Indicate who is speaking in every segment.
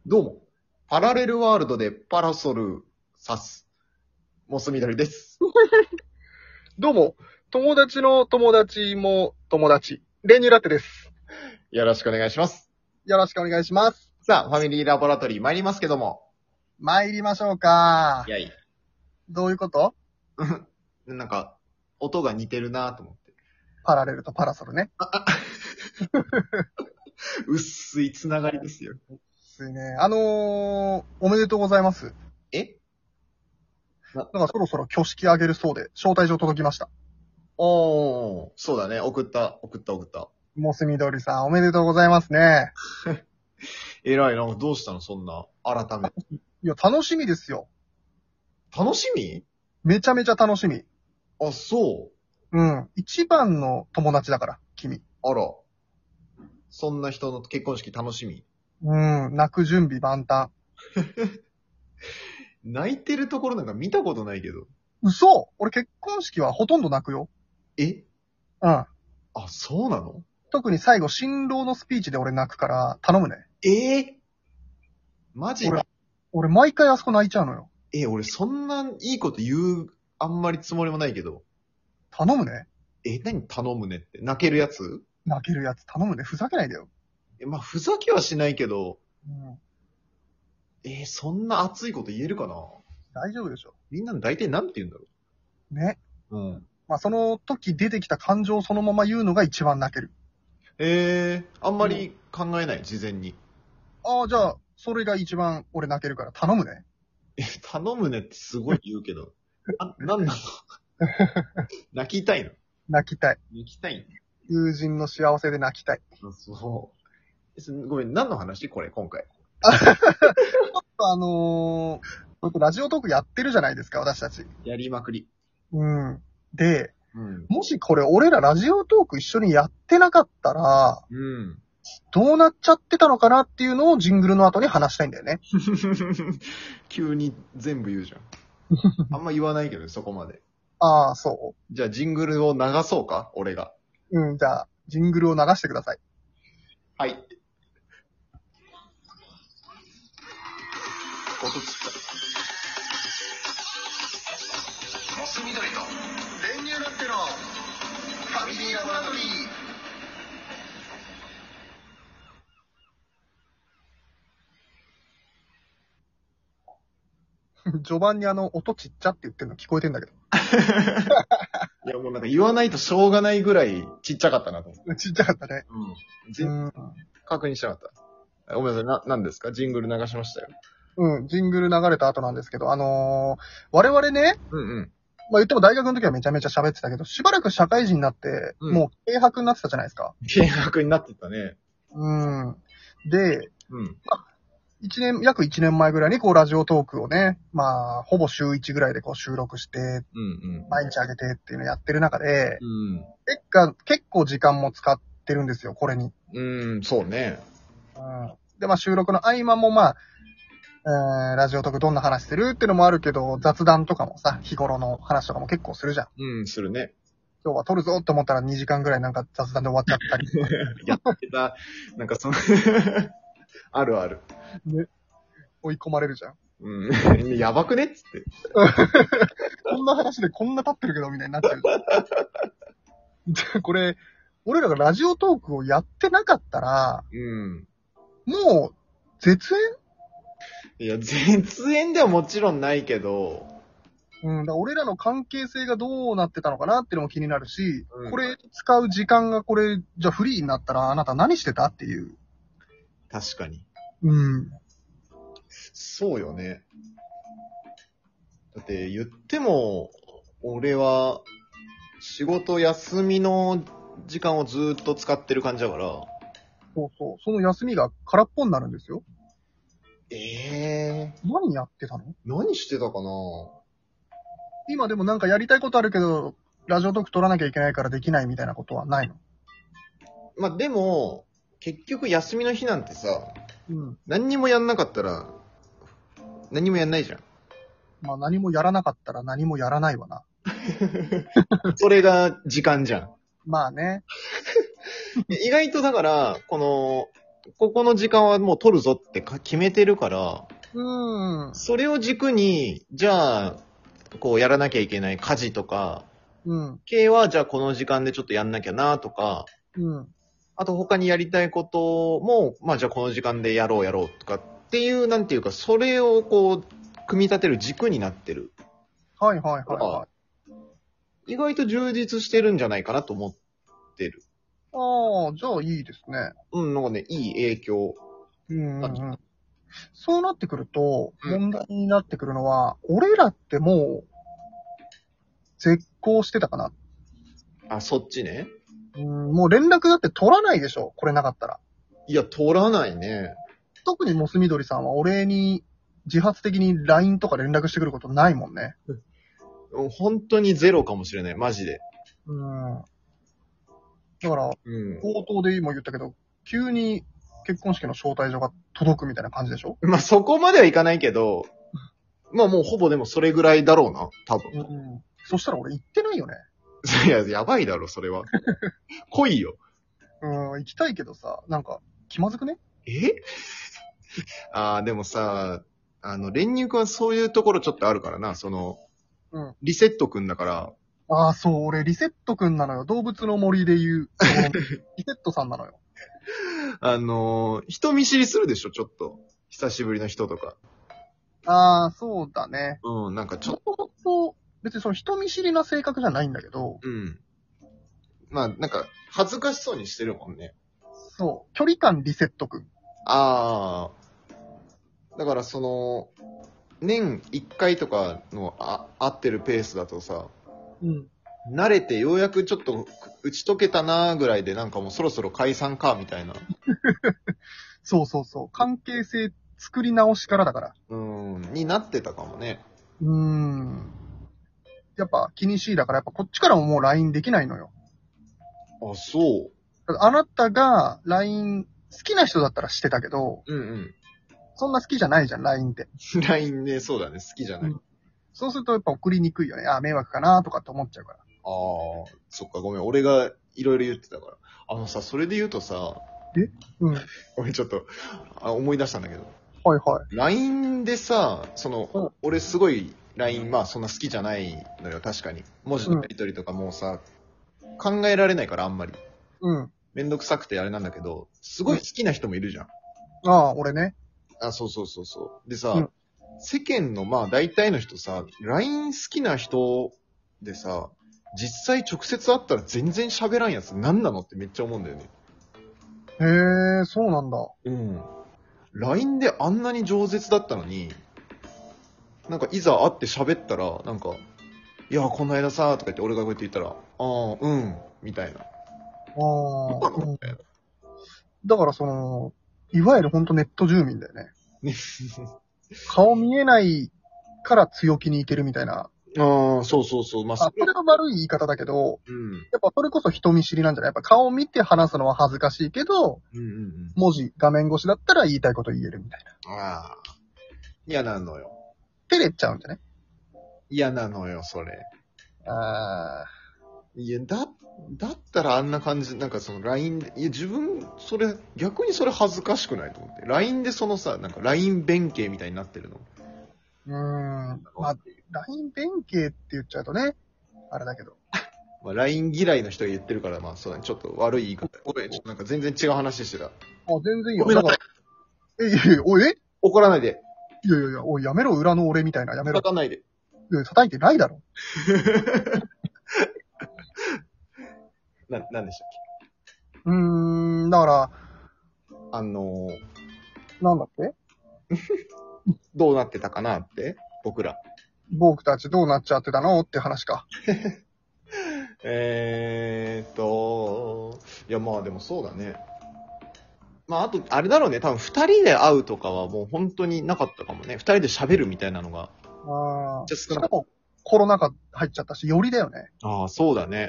Speaker 1: どうも。パラレルワールドでパラソル指す。モスミドリです。
Speaker 2: どうも、友達の友達も友達、練乳ラテです。
Speaker 1: よろしくお願いします。
Speaker 2: よろしくお願いします。
Speaker 1: さあ、ファミリーラボラトリー参りますけども。
Speaker 2: 参りましょうか。
Speaker 1: やい。
Speaker 2: どういうこと？
Speaker 1: なんか、音が似てるなと思って。
Speaker 2: パラレルとパラソルね。
Speaker 1: 薄いつながりですよ。
Speaker 2: すいね。おめでとうございます。
Speaker 1: え
Speaker 2: なんかそろそろ挙式あげるそうで、招待状届きました。
Speaker 1: おー、そうだね。送った。
Speaker 2: モスミドリさん、おめでとうございますね。
Speaker 1: 偉いな。どうしたのそんな、改め。
Speaker 2: いや、楽しみですよ。
Speaker 1: 楽しみ？
Speaker 2: めちゃめちゃ楽しみ。
Speaker 1: あ、そ
Speaker 2: うん。一番の友達だから、君。
Speaker 1: う。あら。そんな人の結婚式楽しみ？
Speaker 2: うん。泣く準備万端。
Speaker 1: 泣いてるところなんか見たことないけど。
Speaker 2: 嘘？俺結婚式はほとんど泣くよ。
Speaker 1: え
Speaker 2: うん。
Speaker 1: あ、そうなの？
Speaker 2: 特に最後、新郎のスピーチで俺泣くから、頼むね。
Speaker 1: マジか。
Speaker 2: 俺毎回あそこ泣いちゃうのよ。
Speaker 1: 俺そんないいこと言う、あんまりつもりもないけど。
Speaker 2: 頼むね。
Speaker 1: 何頼むねって。泣けるやつ？
Speaker 2: 泣けるやつ頼むね。ふざけないでよ。
Speaker 1: まあ、ふざけはしないけど、
Speaker 2: うん。
Speaker 1: そんな熱いこと言えるかな？
Speaker 2: 大丈夫でしょ。
Speaker 1: みんな大体なんて言うんだろ
Speaker 2: ね。
Speaker 1: う。うん。
Speaker 2: まあ、その時出てきた感情をそのまま言うのが一番泣ける。
Speaker 1: あんまり考えない、事前に。
Speaker 2: ああ、じゃあ、それが一番俺泣けるから頼むね。
Speaker 1: 頼むねってすごい言うけど。なんなの？泣きたいの？
Speaker 2: 泣きたい。
Speaker 1: 泣きたいね。
Speaker 2: 友人の幸せで泣きたい。
Speaker 1: あ、そう。ごめん、何の話これ、今回。
Speaker 2: ラジオトークやってるじゃないですか、私たち。
Speaker 1: やりまくり。
Speaker 2: うん。で、
Speaker 1: うん。
Speaker 2: もしこれ俺らラジオトーク一緒にやってなかったら、
Speaker 1: うん。
Speaker 2: どうなっちゃってたのかなっていうのをジングルの後に話したいんだよね。
Speaker 1: 急に全部言うじゃん。あんま言わないけどね、そこまで。
Speaker 2: ああ、そ
Speaker 1: じゃあ、ジングルを流そうか俺が。
Speaker 2: う。うん、じゃあ、ジングルを流してください。
Speaker 1: はい。音つった。モス緑と練乳ラッテのファミリーラボラトリー。
Speaker 2: 序盤に音ちっちゃって言ってるの聞こえてんだけど。
Speaker 1: いや、もうなんか言わないとしょうがないぐらいちっちゃかったなと思って。
Speaker 2: ちっちゃかったね。
Speaker 1: うん。確認してなかった。ごめんなさい、何ですか？ジングル流しましたよ。
Speaker 2: うん、ジングル流れた後なんですけど、我々ね、
Speaker 1: うんうん。
Speaker 2: まあ言っても大学の時はめちゃめちゃ喋ってたけど、しばらく社会人になって、
Speaker 1: うん
Speaker 2: もう軽薄になってたじゃないですか。
Speaker 1: 軽薄になってたね。
Speaker 2: うん。で、
Speaker 1: うん。
Speaker 2: 約1年前ぐらいにこうラジオトークをね、まあ、ほぼ週1ぐらいでこう収録して、
Speaker 1: うんうん。
Speaker 2: 毎日上げてっていうのをやってる中で、
Speaker 1: うん。
Speaker 2: 結構時間も使ってるんですよ、これに。
Speaker 1: そうね。
Speaker 2: うん。で、まあ収録の合間もまあ、ラジオトークどんな話してるっていうのもあるけど、雑談とかもさ、日頃の話とかも結構するじゃん。
Speaker 1: するね。
Speaker 2: 今日は撮るぞって思ったら2時間ぐらいなんか雑談で終わっちゃったり。
Speaker 1: やってた、なんかそのあるある。
Speaker 2: ね。追い込まれるじゃん。
Speaker 1: やばくねっつって。
Speaker 2: こんな話でこんな経ってるけどみたいになっちゃうじゃん。これ、俺らがラジオトークをやってなかったら、もう、絶縁？
Speaker 1: いや、絶縁ではもちろんないけど、
Speaker 2: だから俺らの関係性がどうなってたのかなっていうのも気になるし、
Speaker 1: うん
Speaker 2: これ使う時間がこれ、じゃあフリーになったらあなた何してたっていう。
Speaker 1: 確かに。
Speaker 2: うん。
Speaker 1: そうよね。だって言っても、俺は仕事休みの時間をずーっと使ってる感じだから。
Speaker 2: そうそう。その休みが空っぽになるんですよ。何やってたの？
Speaker 1: 何してたかな？
Speaker 2: 今でもなんかやりたいことあるけど、ラジオトーク撮らなきゃいけないからできないみたいなことはないの？
Speaker 1: まあ、でも、結局休みの日なんてさ、
Speaker 2: うん。
Speaker 1: 何にもやんなかったら、何もやんないじゃん。
Speaker 2: まあ何もやらなかったら何もやらないわな。
Speaker 1: それが時間じゃん。
Speaker 2: まあね。
Speaker 1: 意外とだから、この、 ここの時間はもう取るぞって決めてるから、それを軸に、じゃあ、こうやらなきゃいけない家事とか、系はじゃあこの時間でちょっとやんなきゃなとか、あと他にやりたいことも、まあじゃあこの時間でやろうとかっていう、なんていうか、それをこう、組み立てる軸になってる。
Speaker 2: はいはいはいはい。
Speaker 1: 意外と充実してるんじゃないかなと思ってる。
Speaker 2: ああ、じゃあいいですね。
Speaker 1: なんかね、いい影響。
Speaker 2: そうなってくると、問題になってくるのは、俺らってもう、絶交してたかな。
Speaker 1: あ、そっちね。
Speaker 2: もう連絡だって取らないでしょ、これなかったら。
Speaker 1: いや、取らないね。
Speaker 2: 特にモス緑さんは俺に自発的に LINE とか連絡してくることないもんね。
Speaker 1: 本当にゼロかもしれない、マジで。
Speaker 2: だから、冒頭で今言ったけど、急に結婚式の招待状が届くみたいな感じでしょ？
Speaker 1: まあ、そこまではいかないけど、まあもうほぼでもそれぐらいだろうな、多分。
Speaker 2: そしたら俺行ってないよね。
Speaker 1: いや、やばいだろ、それは。来いよ。
Speaker 2: 行きたいけどさ、なんか、気まずくね？
Speaker 1: でもさ、練乳くんはそういうところちょっとあるからな、リセットくんだから。
Speaker 2: そう、俺リセットくんなのよ。動物の森で言う、リセットさんなのよ。
Speaker 1: 人見知りするでしょ、ちょっと。久しぶりの人とか。
Speaker 2: そうだね。
Speaker 1: なんかちょっ
Speaker 2: と。別にその人見知りな性格じゃないんだけど。
Speaker 1: まあ、なんか、恥ずかしそうにしてるもんね。
Speaker 2: そう。距離感リセットくん。
Speaker 1: だから年1回とかの合ってるペースだとさ、慣れてようやくちょっと打ち解けたなーぐらいでなんかもうそろそろ解散か、みたいな。
Speaker 2: そうそうそう。関係性作り直しからだから。
Speaker 1: になってたかもね。
Speaker 2: やっぱ気にしいだから、やっぱこっちからももう LINE できないのよ。
Speaker 1: そう。
Speaker 2: あなたが LINE 好きな人だったらしてたけど、そんな好きじゃないじゃん、LINE って。
Speaker 1: LINE ね、そうだね、好きじゃない。
Speaker 2: そうするとやっぱ送りにくいよね。迷惑かなとかって思っちゃうから。
Speaker 1: そっか、ごめん。俺がいろいろ言ってたから。それで言うとさ、ごめん、ちょっと、思い出したんだけど。LINE でさ、俺すごい LINE、まあそんな好きじゃないのよ、確かに。文字のやり取りとかもうさ、考えられないからあんまり。めんどくさくてあれなんだけど、すごい好きな人もいるじゃん。
Speaker 2: 俺ね。
Speaker 1: そう。でさ、世間のまあ大体の人さ、LINE 好きな人でさ、実際直接会ったら全然喋らんやつ何なのってめっちゃ思うんだよね。
Speaker 2: へそうなんだ。
Speaker 1: LINE であんなに饒舌だったのに、なんかいざ会って喋ったら、なんか、いや、この間さ、とか言って俺がこうやって言ったら、みたいな。
Speaker 2: だからいわゆるほんとネット住民だよね。顔見えないから強気にいけるみたいな。
Speaker 1: そう。
Speaker 2: それが悪い言い方だけど、やっぱそれこそ人見知りなんじゃない？やっぱ顔見て話すのは恥ずかしいけど、文字、画面越しだったら言いたいこと言えるみたい
Speaker 1: な。嫌なのよ。
Speaker 2: 照れちゃうんじゃね？
Speaker 1: 嫌なのよ、それ。いや、だったらあんな感じ、なんかLINE で、自分、逆にそれ恥ずかしくないと思って。LINE でなんか LINE 弁慶みたいになってるの。
Speaker 2: まあ、LINE 弁慶って言っちゃうとね、あれだけど。
Speaker 1: まあ、LINE 嫌いの人が言ってるから、まあそうだね、ちょっと悪い言い方。ごめん、ちょっとなんか全然違う話してた。
Speaker 2: 全然いいよ。
Speaker 1: ごめんなさい。
Speaker 2: 怒
Speaker 1: らないで。
Speaker 2: いや、おい、やめろ、裏の俺みたいな、やめろ。
Speaker 1: 叩かないで。
Speaker 2: 叩いてないだろ。
Speaker 1: なんでしたっ
Speaker 2: け？だから、なんだって
Speaker 1: どうなってたかなって、
Speaker 2: 僕たちどうなっちゃってたのって話か。
Speaker 1: いや、まあでもそうだね。まああと、あれだろうね、多分二人で会うとかはもう本当になかったかもね。二人で喋るみたいなのが。
Speaker 2: しかもコロナ禍入っちゃったし、よりだよね。
Speaker 1: そうだね。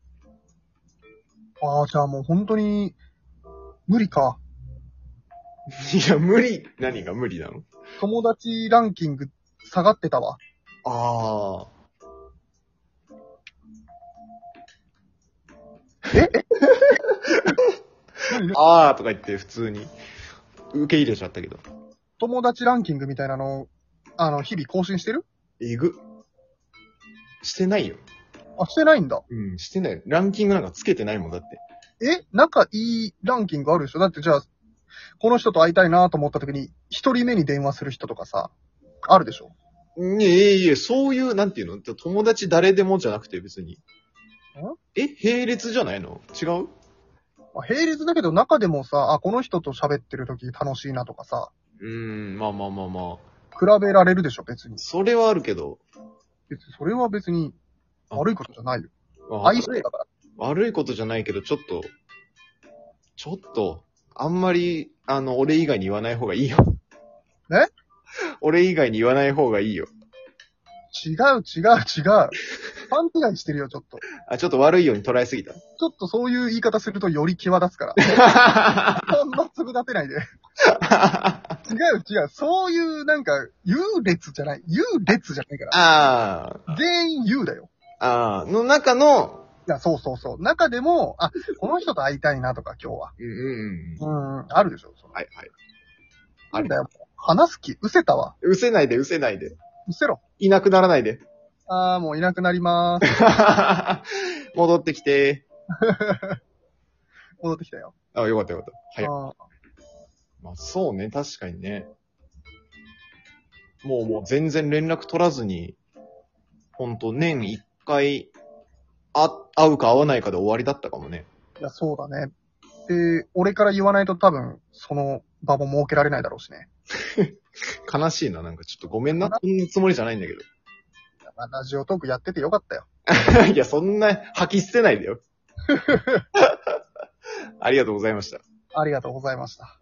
Speaker 2: じゃあもう本当に、無理か。
Speaker 1: いや、何が無理なの？
Speaker 2: 友達ランキング下がってたわ。
Speaker 1: あーとか言って普通に受け入れちゃったけど。
Speaker 2: 友達ランキングみたいなの、日々更新してる？
Speaker 1: えぐ。してないよ。
Speaker 2: あ、してないんだ。
Speaker 1: うん、してないよ。ランキングなんかつけてないもんだって。
Speaker 2: 仲いいランキングあるでしょ？だってじゃあ、この人と会いたいなと思った時に、一人目に電話する人とかさ、あるでしょ？
Speaker 1: いえ、そういう、なんていうの友達誰でもじゃなくて別に。並列じゃないの？違う？
Speaker 2: 並列だけど中でもさ、この人と喋ってる時楽しいなとかさ、
Speaker 1: まあ。
Speaker 2: 比べられるでしょ、別に。
Speaker 1: それはあるけど。
Speaker 2: それは別に悪いことじゃないよ。
Speaker 1: 愛してだから。悪いことじゃないけど、ちょっと、あんまり、俺以外に言わない方がいいよ。俺以外に言わない方がいいよ。
Speaker 2: 違う。勘違いしてるよ、ちょっと。
Speaker 1: ちょっと悪いように捉えすぎた。
Speaker 2: ちょっとそういう言い方するとより際立つから。そんな粒立てないで。違う。そういうなんか、優劣じゃないから。全員優だよ。
Speaker 1: の中の、
Speaker 2: いや、そう。中でも、この人と会いたいなとか今日は。あるでしょ。
Speaker 1: はい。
Speaker 2: なんだよ。話す気、失せたわ。
Speaker 1: 失せないで。
Speaker 2: 失せろ。
Speaker 1: いなくならないで。
Speaker 2: もういなくなりまーす。
Speaker 1: 戻ってきて。
Speaker 2: 戻ってきたよ。
Speaker 1: よかった。はい。まあそうね、確かにね。もう全然連絡取らずに、ほんと年1回、会うか会わないかで終わりだったかもね。
Speaker 2: いや、そうだね。で、俺から言わないと多分、その場も設けられないだろうしね。
Speaker 1: 悲しいな、なんかちょっとごめんな。こんなつもりじゃないんだけど。
Speaker 2: ラジオトークやっててよかったよ。
Speaker 1: いや、そんな吐き捨てないでよ。ありがとうございました。
Speaker 2: ありがとうございました。